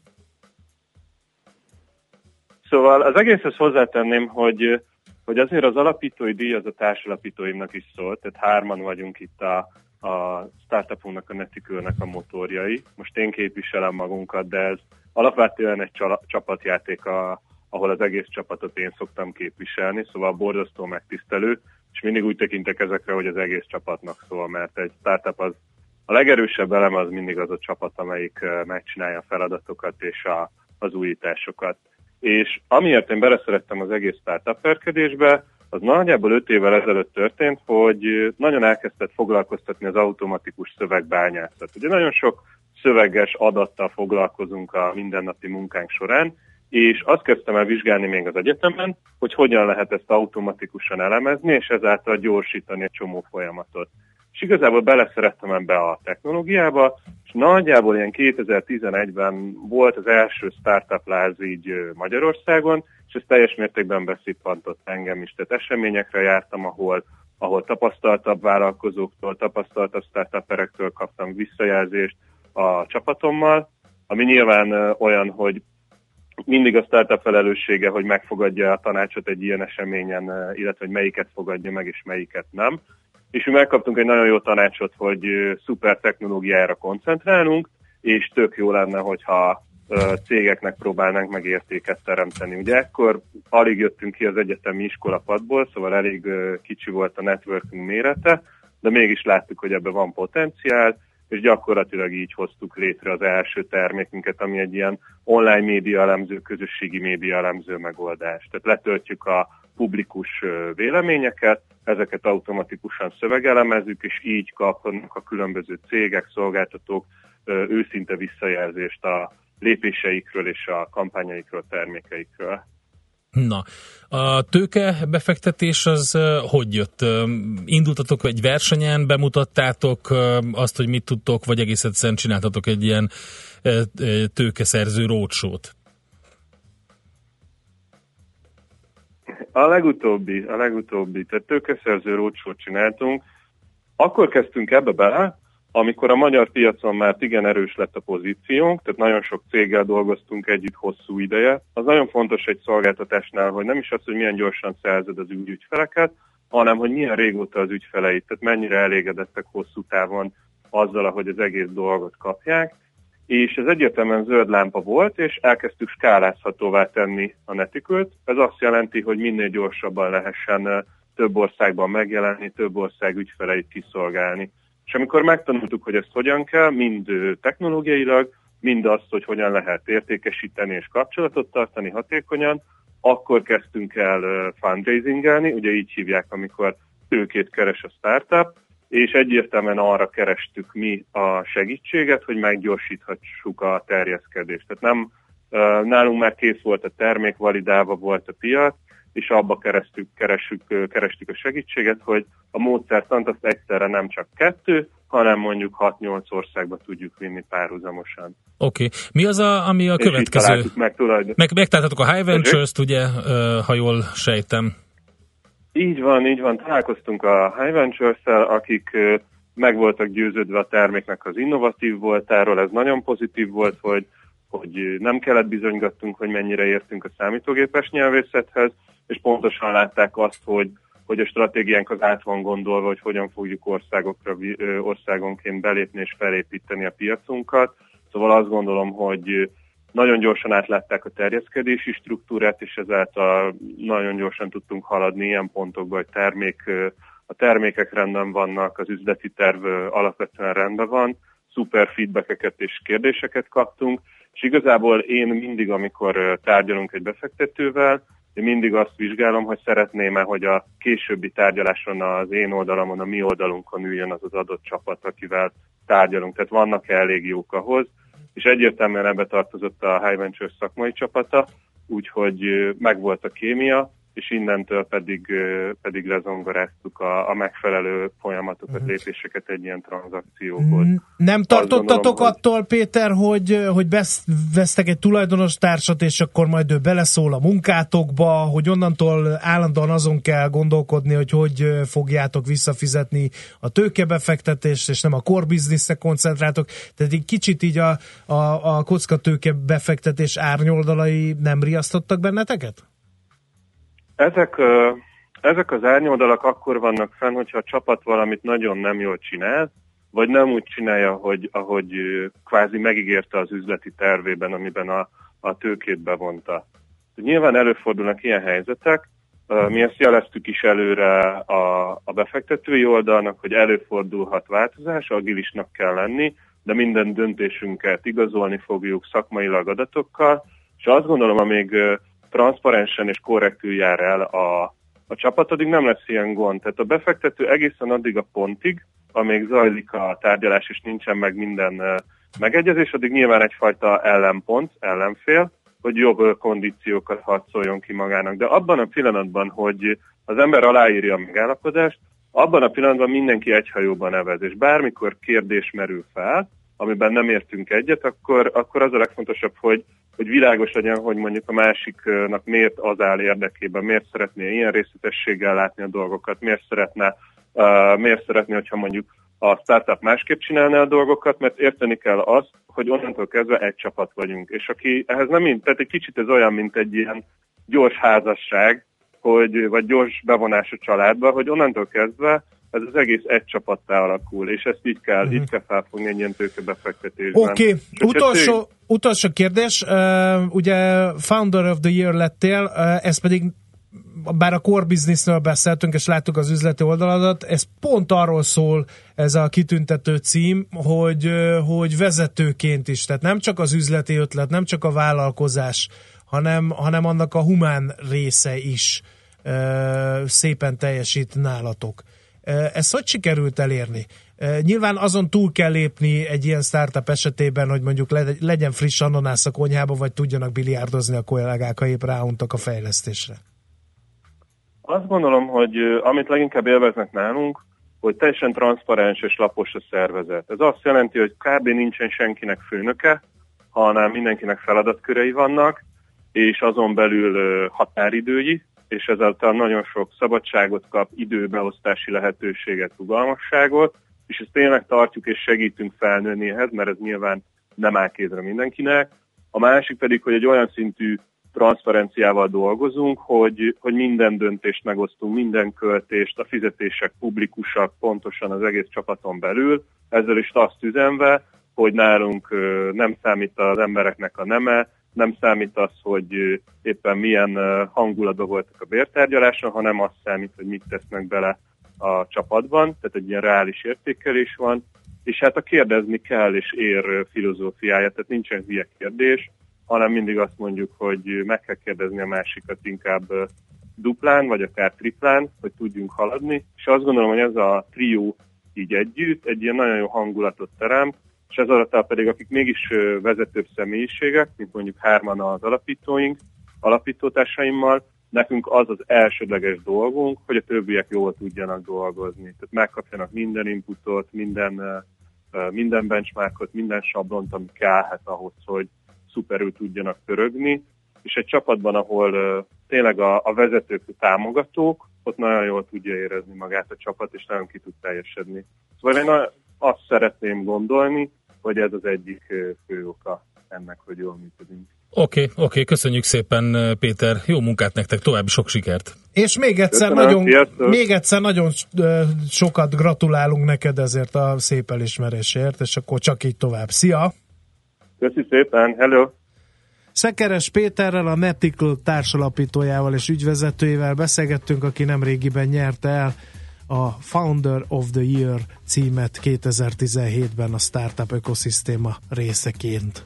Szóval az egészhez hozzátenném, hogy, hogy azért az alapítói díj az a társalapítóimnak is szólt, tehát hárman vagyunk itt a, a startupunknak, a Neticle-nek a motorjai. Most én képviselem magunkat, de ez alapvetően egy csala, csapatjáték, a, ahol az egész csapatot én szoktam képviselni, szóval borzasztó megtisztelő, és mindig úgy tekintek ezekre, hogy az egész csapatnak szól, mert egy startup az a legerősebb eleme az mindig az a csapat, amelyik megcsinálja a feladatokat és a, az újításokat. És amiért én beleszerettem az egész startup-perkedésbe, az nagyjából öt évvel ezelőtt történt, hogy nagyon elkezdett foglalkoztatni az automatikus szövegbányászat. Ugye nagyon sok szöveges adattal foglalkozunk a mindennapi munkánk során, és azt kezdtem el vizsgálni még az egyetemen, hogy hogyan lehet ezt automatikusan elemezni, és ezáltal gyorsítani egy csomó folyamatot. És igazából beleszerettem ebbe a technológiába, és nagyjából ilyen kétezer-tizenegyben volt az első startup láz így Magyarországon, és ez teljes mértékben beszippantott engem is. Tehát eseményekre jártam, ahol, ahol tapasztaltabb vállalkozóktól, tapasztaltabb startuperektől kaptam visszajelzést a csapatommal, ami nyilván olyan, hogy mindig a startup felelőssége, hogy megfogadja a tanácsot egy ilyen eseményen, illetve hogy melyiket fogadja meg és melyiket nem. És mi megkaptunk egy nagyon jó tanácsot, hogy szuper technológiára koncentrálunk, és tök jó lenne, hogyha cégeknek próbálnánk meg értéket teremteni. Ugye ekkor alig jöttünk ki az egyetemi iskolapadból, szóval elég kicsi volt a networking mérete, de mégis láttuk, hogy ebben van potenciál, és gyakorlatilag így hoztuk létre az első termékünket, ami egy ilyen online média elemző, közösségi média elemző megoldás. Tehát letöltjük a publikus véleményeket, ezeket automatikusan szövegelemezzük, és így kapnak a különböző cégek, szolgáltatók őszinte visszajelzést a lépéseikről és a kampányaikról, termékeikről. Na, a tőkebefektetés az hogy jött? Indultatok egy versenyen, bemutattátok azt, hogy mit tudtok, vagy egész egyszerűen csináltatok egy ilyen tőkeszerző roadshow-t? A legutóbbi, a legutóbbi, tehát tőkeszerző roadshow-t csináltunk. Akkor kezdtünk ebbe bele, amikor a magyar piacon már igen erős lett a pozíciónk, tehát nagyon sok céggel dolgoztunk együtt hosszú ideje, az nagyon fontos egy szolgáltatásnál, hogy nem is az, hogy milyen gyorsan szerzed az ügyfeleket, hanem hogy milyen régóta az ügyfeleid, tehát mennyire elégedettek hosszú távon azzal, ahogy az egész dolgot kapják. És ez egyértelműen zöld lámpa volt, és elkezdtük skálázhatóvá tenni a Netikült. Ez azt jelenti, hogy minél gyorsabban lehessen több országban megjelenni, több ország ügyfeleit kiszolgálni. És amikor megtanultuk, hogy ezt hogyan kell, mind technológiailag, mind azt, hogy hogyan lehet értékesíteni és kapcsolatot tartani hatékonyan, akkor kezdtünk el fundraisingelni, ugye így hívják, amikor tőkét keres a startup, és egyértelműen arra kerestük mi a segítséget, hogy meggyorsíthassuk a terjeszkedést. Tehát nem, nálunk már kész volt a termék, validálva volt a piac, és abba kerestük, kerestük, kerestük a segítséget, hogy a módszertant azt egyszerre nem csak kettő, hanem mondjuk hat-nyolc országba tudjuk vinni párhuzamosan. Oké. Okay. Mi az, a, ami a és következő? Meg, meg Megtaláltatok a High Ventures-t, ugye, ha jól sejtem. Így van, így van. Találkoztunk a High Ventures-szel, akik meg voltak győződve a terméknek az innovatív voltáról. Ez nagyon pozitív volt, hogy, hogy nem kellett bizonygattunk, hogy mennyire értünk a számítógépes nyelvészethez, és pontosan látták azt, hogy, hogy a stratégiánk az át van gondolva, hogy hogyan fogjuk országokra, országonként belépni és felépíteni a piacunkat. Szóval azt gondolom, hogy nagyon gyorsan átlátták a terjeszkedési struktúrát, és ezáltal nagyon gyorsan tudtunk haladni ilyen pontokba, hogy termék, a termékek rendben vannak, az üzleti terv alapvetően rendben van, szuper feedbackeket és kérdéseket kaptunk, és igazából én mindig, amikor tárgyalunk egy befektetővel, én mindig azt vizsgálom, hogy szeretném-e, hogy a későbbi tárgyaláson az én oldalamon, a mi oldalunkon üljön az az adott csapat, akivel tárgyalunk. Tehát vannak-e elég jók ahhoz, és egyértelműen ebbe tartozott a High Ventures szakmai csapata, úgyhogy megvolt a kémia, és innentől pedig, pedig lezongoráztuk a, a megfelelő folyamatokat, lépéseket egy ilyen tranzakcióhoz. Nem tartottatok gondolom, attól, hogy... Péter, hogy, hogy vesztek egy tulajdonos társat, és akkor majd ő beleszól a munkátokba, hogy onnantól állandóan azon kell gondolkodni, hogy hogy fogjátok visszafizetni a tőkebefektetést, és nem a core business-re koncentráltok. Tehát egy kicsit így a, a, a kockatőke befektetés árnyoldalai nem riasztottak benneteket? Ezek, ezek az árnyoldalak akkor vannak fenn, hogyha a csapat valamit nagyon nem jól csinál, vagy nem úgy csinálja, hogy, ahogy kvázi megígérte az üzleti tervében, amiben a, a tőkét bevonta. Nyilván előfordulnak ilyen helyzetek, mi ezt jeleztük is előre a, a befektetői oldalnak, hogy előfordulhat változás, agilisnak kell lenni, de minden döntésünket igazolni fogjuk szakmailag adatokkal, és azt gondolom, amíg transzparensen és korrektül jár el a, a csapat, addig nem lesz ilyen gond. Tehát a befektető egészen addig a pontig, amíg zajlik a tárgyalás és nincsen meg minden uh, megegyezés, addig nyilván egyfajta ellenpont, ellenfél, hogy jobb kondíciókat harcoljon ki magának. De abban a pillanatban, hogy az ember aláírja a megállapodást, abban a pillanatban mindenki egy hajóban nevez, és bármikor kérdés merül fel, amiben nem értünk egyet, akkor, akkor az a legfontosabb, hogy, hogy világos legyen, hogy mondjuk a másiknak miért az áll érdekében, miért szeretné ilyen részletességgel látni a dolgokat, miért szeretne, uh, miért szeretné, hogyha mondjuk a startup másképp csinálná a dolgokat, mert érteni kell azt, hogy onnantól kezdve egy csapat vagyunk. És aki ehhez nem mind, tehát egy kicsit ez olyan, mint egy ilyen gyors házasság, hogy, vagy gyors bevonás a családba, hogy onnantól kezdve ez az egész egy csapattá alakul, és ezt így kell, uh-huh. így kell felfogni egy ilyen tőkebefektetésben. Oké, okay. utolsó, tők... utolsó kérdés, uh, ugye Founder of the Year lettél, uh, ez pedig, bár a core businessről beszéltünk, és láttuk az üzleti oldaladat, ez pont arról szól, ez a kitüntető cím, hogy, hogy vezetőként is, tehát nem csak az üzleti ötlet, nem csak a vállalkozás, hanem, hanem annak a humán része is uh, szépen teljesít nálatok. Ezt hogy sikerült elérni? Nyilván azon túl kell lépni egy ilyen startup esetében, hogy mondjuk legyen friss ananász a konyhába, vagy tudjanak biliárdozni a kollégák, ha épp ráuntak a fejlesztésre. Azt gondolom, hogy amit leginkább élveznek nálunk, hogy teljesen transzparens és lapos a szervezet. Ez azt jelenti, hogy kb. Nincsen senkinek főnöke, hanem mindenkinek feladatkörei vannak, és azon belül határidői, és ezáltal nagyon sok szabadságot kap, időbeosztási lehetőséget, rugalmasságot, és ezt tényleg tartjuk és segítünk felnőni ehhez, mert ez nyilván nem áll kézre mindenkinek. A másik pedig, hogy egy olyan szintű transzparenciával dolgozunk, hogy, hogy minden döntést megosztunk, minden költést, a fizetések publikusak, pontosan az egész csapaton belül, ezzel is azt üzenve, hogy nálunk nem számít az embereknek a neme, nem számít az, hogy éppen milyen hangulatban voltak a bértárgyaláson, hanem az számít, hogy mit tesznek bele a csapatban, tehát egy ilyen reális értékelés van, és hát a kérdezni kell és ér filozófiája, tehát nincsen hülye kérdés, hanem mindig azt mondjuk, hogy meg kell kérdezni a másikat inkább duplán, vagy akár triplán, hogy tudjunk haladni, és azt gondolom, hogy ez a trió így együtt egy ilyen nagyon jó hangulatot terem, és ezáltal pedig, akik mégis vezetőbb személyiségek, mint mondjuk hárman az alapítóink, alapítótársaimmal, nekünk az az elsődleges dolgunk, hogy a többiek jól tudjanak dolgozni. Tehát megkapjanak minden inputot, minden, minden benchmarkot, minden sablont, ami kellhet ahhoz, hogy szuperül tudjanak pörögni. És egy csapatban, ahol tényleg a, a vezetők a támogatók, ott nagyon jól tudja érezni magát a csapat, és nagyon ki tud teljesedni. Szóval én azt szeretném gondolni, hogy ez az egyik fő oka ennek, hogy jól működünk. Oké, okay, oké, okay, köszönjük szépen, Péter, jó munkát nektek, további sok sikert! És még egyszer, Köszönöm, nagyon, még egyszer nagyon sokat gratulálunk neked ezért a szép elismerésért, és akkor csak így tovább. Szia! Köszi szépen, hello! Szekeres Péterrel, a Metical társalapítójával és ügyvezetőjével beszélgettünk, aki nemrégiben nyerte el a Founder of the Year címet kétezer-tizenhétben a Startup ökoszisztéma részeként.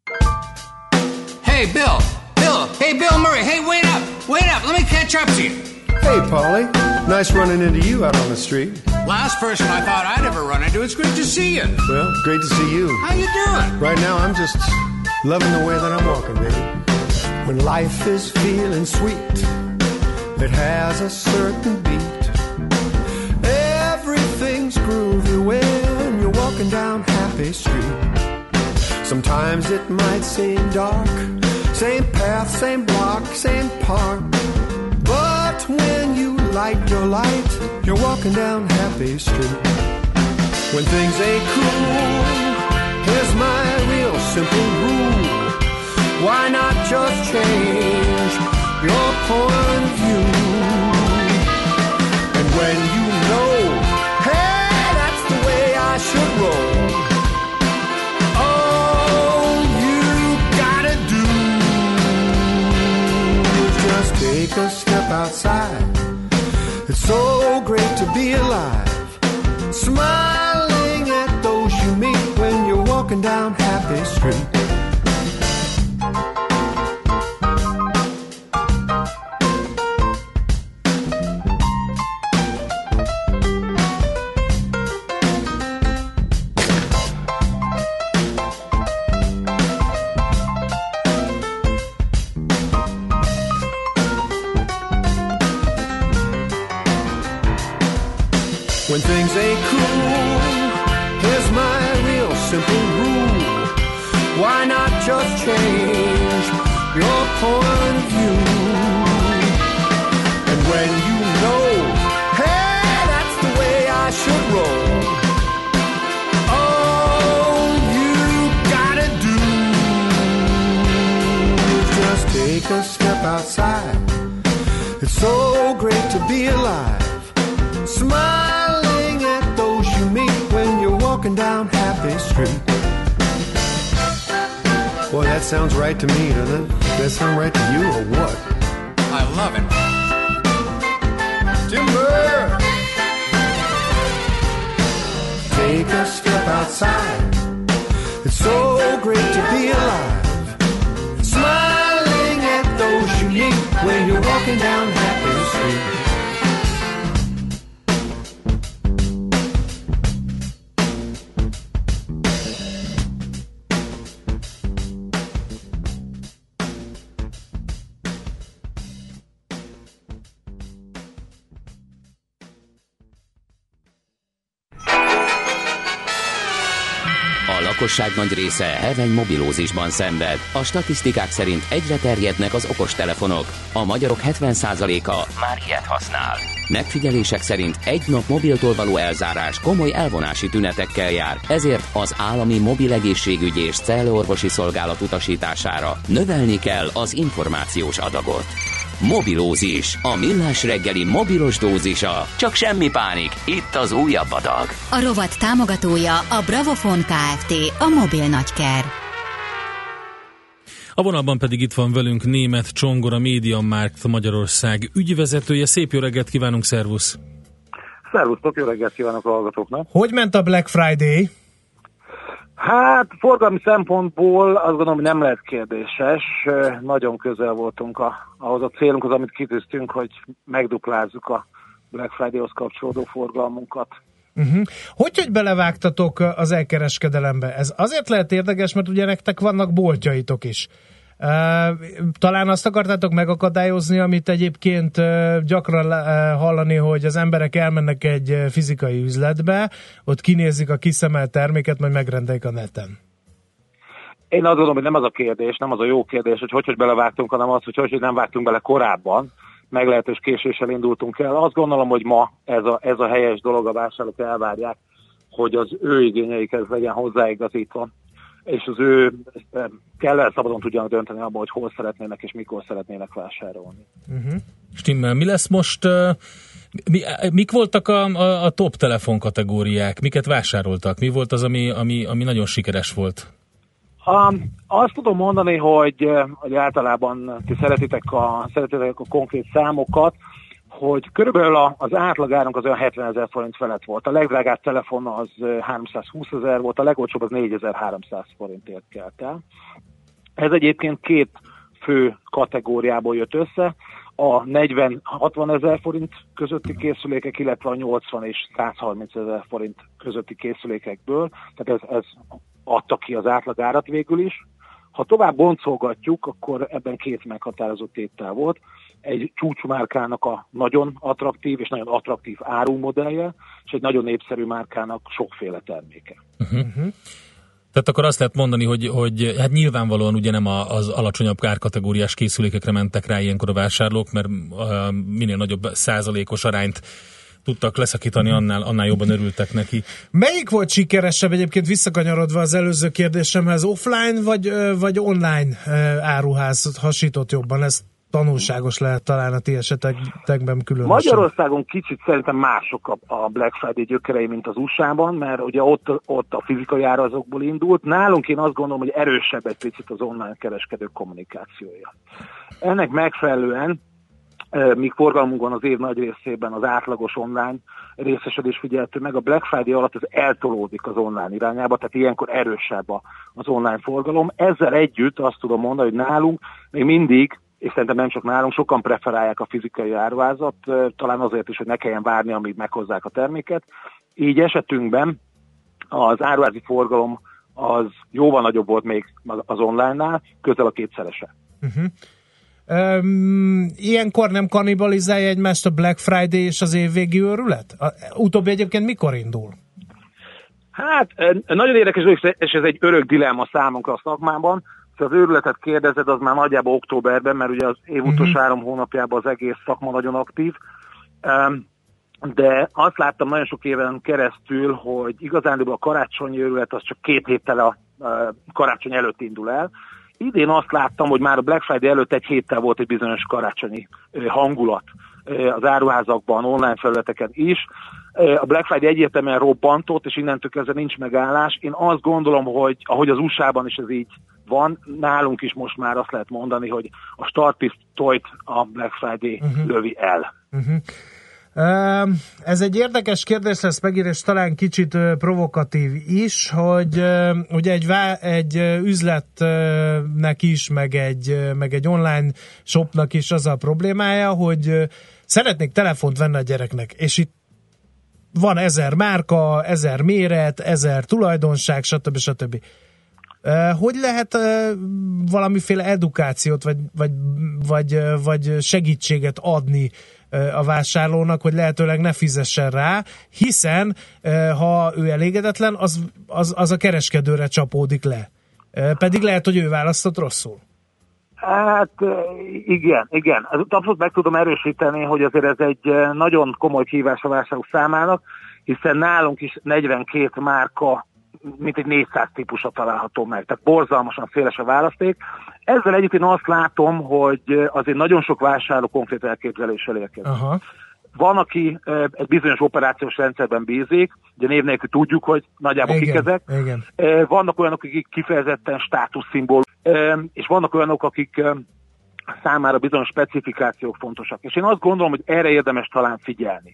Hey, Bill! Bill! Hey, Bill Murray! Hey, wait up! Wait up! Let me catch up to you! Hey, Paulie. Nice running into you out on the street. Last person I thought I'd ever run into. It's great to see you. Well, great to see you. How you doing? Right now, I'm just loving the way that I'm walking, baby. When life is feeling sweet, it has a certain beat. Everything's groovy when you're walking down Happy Street. Sometimes it might seem dark, same path, same block, same park. But when you light your light, you're walking down Happy Street. When things ain't cool, here's my real simple rule. Why not just change your point of view? And when you know, hey, that's the way I should roll, take a step outside. It's so great to be alive, smiling at those you meet when you're walking down Happy Street. When things ain't cool, here's my real simple rule. Why not just change your point of view? And when you know, hey, that's the way I should roll, all you gotta do is just take a step outside. It's so great to be alive, smiling at those you meet when you're walking down Happy Street. Boy, that sounds right to me, doesn't it? Does that sound right to you or what? I love it. Timber! Take a step outside. It's so great to be alive, smiling at those you meet when you're walking down Happy Street. lakosság nagy része heveny mobilózisban szenved. A statisztikák szerint egyre terjednek az okostelefonok. A magyarok hetven százaléka már ilyet használ. Megfigyelések szerint egy nap mobiltól való elzárás komoly elvonási tünetekkel jár, ezért az állami mobil egészségügyi és cellorvosi szolgálat utasítására növelni kell az információs adagot. Mobilózis, a millás reggeli mobilos dózisa. Csak semmi pánik, itt az újabb adag. A rovat támogatója a Bravofon Kft. A mobil nagyker. A vonalban pedig itt van velünk Németh Csongor, a MediaMarkt Magyarország ügyvezetője. Szép jó reggelt kívánunk, szervusz! Szervusztok, jó reggelt kívánok a hallgatóknak! Hogy ment a Black Friday? Hát forgalmi szempontból azt gondolom, hogy nem lehet kérdéses. Nagyon közel voltunk a, ahhoz a célunkhoz, amit kitűztünk, hogy megduplázzuk a Black Friday-hoz kapcsolódó forgalmunkat. Uh-huh. Hogy, hogy belevágtatok az elkereskedelembe? Ez azért lehet érdekes, mert ugye nektek vannak boltjaitok is. Uh, talán azt akartátok megakadályozni, amit egyébként uh, gyakran uh, hallani, hogy az emberek elmennek egy uh, fizikai üzletbe, ott kinézik a kiszemelt terméket, majd megrendelik a neten. Én azt gondolom, hogy nem az a kérdés, nem az a jó kérdés, hogy hogy, hogy belevágtunk, hanem az, hogy hogy, hogy nem vágtunk bele korábban, meglehetős késéssel indultunk el. Azt gondolom, hogy ma ez a, ez a helyes dolog, a vásárlók elvárják, hogy az ő igényeikhez legyen hozzáigazítva, és az ő kellene szabadon tudjanak dönteni abban, hogy hol szeretnének és mikor szeretnének vásárolni. Uh-huh. Stimmel, mi lesz most, uh, mi, mik voltak a, a, a top telefonkategóriák, miket vásároltak, mi volt az, ami, ami, ami nagyon sikeres volt? Um, azt tudom mondani, hogy, hogy általában ti szeretitek a, szeretitek a konkrét számokat, hogy körülbelül az átlagárunk az olyan hetvenezer forint felett volt. A legdrágább telefon az háromszázhúszezer volt, a legolcsóbb az négyezer-háromszáz forintért kelt el. Ez egyébként két fő kategóriából jött össze, a negyven-hatvan ezer forint közötti készülékek, illetve a nyolcvan és százharminc ezer forint közötti készülékekből, tehát ez, ez adta ki az átlagárat végül is. Ha tovább boncolgatjuk, akkor ebben két meghatározott tétel volt. Egy csúcsmárkának a nagyon attraktív és nagyon attraktív árumodellje, és egy nagyon népszerű márkának sokféle terméke. Uh-huh. Uh-huh. Tehát akkor azt lehet mondani, hogy, hogy hát nyilvánvalóan ugye nem az alacsonyabb árkategóriás készülékekre mentek rá ilyenkor a vásárlók, mert uh, minél nagyobb százalékos arányt tudtak leszakítani, annál, annál jobban örültek neki. Melyik volt sikeresebb egyébként, visszakanyarodva az előző kérdésemhez, offline vagy, vagy online áruház hasított jobban? Ez tanulságos lehet talán a ti esetekben különösen. Magyarországon kicsit szerintem mások a Black Friday gyökerei, mint az u es á-ban, mert ugye ott, ott a fizikai árazokból indult. Nálunk én azt gondolom, hogy erősebb egy picit az online kereskedők kommunikációja. Ennek megfelelően míg forgalmunkon az év nagy részében az átlagos online részesedés figyelhető meg, a Black Friday alatt ez eltolódik az online irányába, tehát ilyenkor erősebb az online forgalom. Ezzel együtt azt tudom mondani, hogy nálunk még mindig, és szerintem nem csak nálunk, sokan preferálják a fizikai áruházat, talán azért is, hogy ne kelljen várni, amíg meghozzák a terméket. Így esetünkben az áruházi forgalom az jóval nagyobb volt még az online-nál, közel a kétszerese. Uh-huh. Um, ilyenkor nem kannibalizálja egymást a Black Friday és az évvégi őrület? A, utóbbi egyébként mikor indul? Hát nagyon érdekes, és ez egy örök dilemma számunkra a szakmában. Ha az őrületet kérdezed, az már nagyjából októberben, mert ugye az év utolsó uh-huh. három hónapjában az egész szakma nagyon aktív. Um, de azt láttam nagyon sok éven keresztül, hogy igazán a karácsonyi őrület az csak két héttel a, a karácsony előtt indul el. Idén azt láttam, hogy már a Black Friday előtt egy héttel volt egy bizonyos karácsonyi hangulat az áruházakban, online felületeken is. A Black Friday egyértelműen robbantott, és innentől kezdve nincs megállás. Én azt gondolom, hogy ahogy az u es á-ban is ez így van, nálunk is most már azt lehet mondani, hogy a startpisztolyt a Black Friday uh-huh. lövi el. Uh-huh. Ez egy érdekes kérdés lesz megint, és talán kicsit provokatív is, hogy ugye egy, egy üzletnek is, meg egy, meg egy online shopnak is az a problémája, hogy szeretnék telefont venni a gyereknek, és itt van ezer márka, ezer méret, ezer tulajdonság, stb. stb. Hogy lehet valamiféle edukációt, vagy, vagy, vagy, vagy segítséget adni a vásárlónak, hogy lehetőleg ne fizessen rá, hiszen ha ő elégedetlen, az, az, az a kereskedőre csapódik le. Pedig lehet, hogy ő választott rosszul. Hát igen, igen. Abszolút meg tudom erősíteni, hogy azért ez egy nagyon komoly kihívás a vásárlók számának, hiszen nálunk is negyvenkét márka, mint egy négyszáz típusa található meg. Tehát borzalmasan széles a választék. Ezzel együtt én azt látom, hogy azért nagyon sok vásárló konkrét elképzeléssel érkezik. Aha. Van, aki egy bizonyos operációs rendszerben bízik, ugye név nélkül tudjuk, hogy nagyjából igen, kik ezek. Igen. Vannak olyanok, akik kifejezetten státuszszimbólum, és vannak olyanok, akik számára bizonyos specifikációk fontosak. És én azt gondolom, hogy erre érdemes talán figyelni.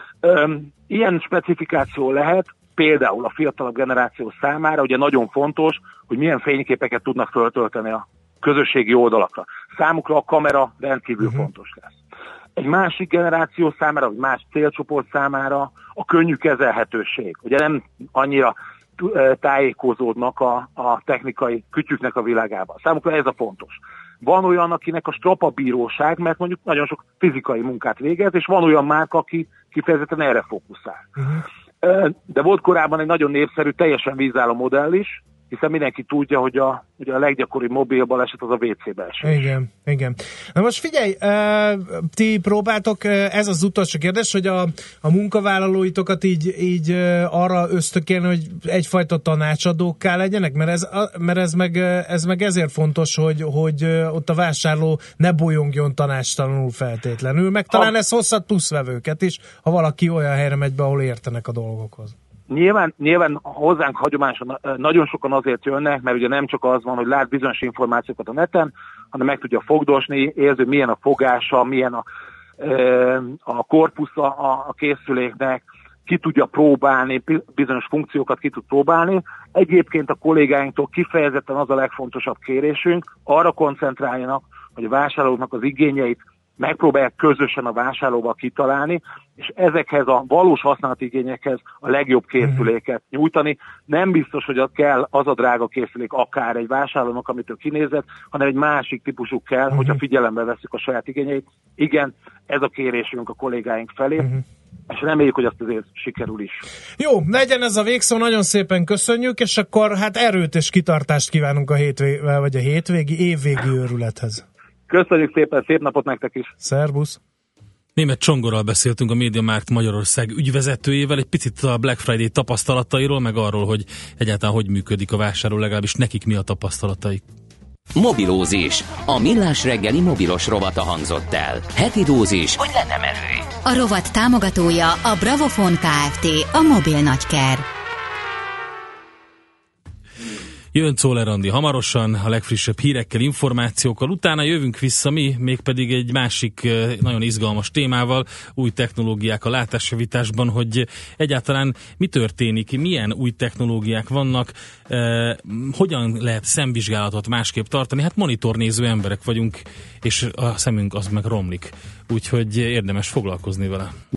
Ilyen specifikáció lehet például a fiatalabb generáció számára, ugye nagyon fontos, hogy milyen fényképeket tudnak föltölteni a közösségi oldalakra. Számukra a kamera rendkívül uh-huh. fontos lesz. Egy másik generáció számára, vagy más célcsoport számára a könnyű kezelhetőség. Ugye nem annyira tájékozódnak a, a technikai kütyüknek a világában. Számukra ez a fontos. Van olyan, akinek a strapabíróság, mert mondjuk nagyon sok fizikai munkát végez, és van olyan márka, aki kifejezetten erre fókuszál. Uh-huh. De volt korábban egy nagyon népszerű, teljesen vízálló modell is, hiszen mindenki tudja, hogy a, ugye a leggyakoribb mobil baleset az a vé cé-be esés. Igen, igen. Na most figyelj, ti próbáltok, ez az utolsó kérdés, hogy a, a munkavállalóitokat így, így arra ösztökélni, hogy egyfajta tanácsadókká legyenek, mert ez, mert ez, meg, ez meg ezért fontos, hogy, hogy ott a vásárló ne bolyongjon tanácstalanul feltétlenül, meg talán a... ez hosszat pluszvevőket is, ha valaki olyan helyre megy be, ahol értenek a dolgokhoz. Nyilván, nyilván hozzánk hagyományosan nagyon sokan azért jönnek, mert ugye nem csak az van, hogy lát bizonyos információkat a neten, hanem meg tudja fogdosni, érzi, milyen a fogása, milyen a, a korpusza a készüléknek, ki tudja próbálni, bizonyos funkciókat ki tud próbálni. Egyébként a kollégáinktól kifejezetten az a legfontosabb kérésünk, arra koncentráljanak, hogy a vásárlóknak az igényeit megpróbálják közösen a vásárlóval kitalálni, és ezekhez a valós használatigényekhez a legjobb készüléket nyújtani. Nem biztos, hogy kell az a drága készülék akár egy vásárlónak, amit ő kinézett, hanem egy másik típusú kell, uh-huh. hogyha figyelembe vesszük a saját igényeit. Igen, ez a kérésünk a kollégáink felé, uh-huh. és reméljük, hogy azt azért sikerül is. Jó, legyen ez a végszó, nagyon szépen köszönjük, és akkor hát erőt és kitartást kívánunk a hétvégi, vagy a hétvégi évvégi őrülethez. Köszönjük szépen, szép napot nektek is! Szerbusz! Németh Csongorral beszéltünk, a MediaMarkt Magyarország ügyvezetőjével, egy picit a Black Friday tapasztalatairól, meg arról, hogy egyáltalán hogy működik a vásárló, legalábbis nekik mi a tapasztalataik. Mobilózis. A millás reggeli mobilos rovata hangzott el. Heti dózis, hogy lenne merő. A rovat támogatója a Bravofon Kft. A mobil nagyker. Jön Czoller Andi hamarosan, a legfrissebb hírekkel, információkkal, utána jövünk vissza mi, mégpedig egy másik nagyon izgalmas témával, új technológiák a látásjavításban, hogy egyáltalán mi történik, milyen új technológiák vannak, eh, hogyan lehet szemvizsgálatot másképp tartani, hát monitornéző emberek vagyunk, és a szemünk az meg romlik, úgyhogy érdemes foglalkozni vele.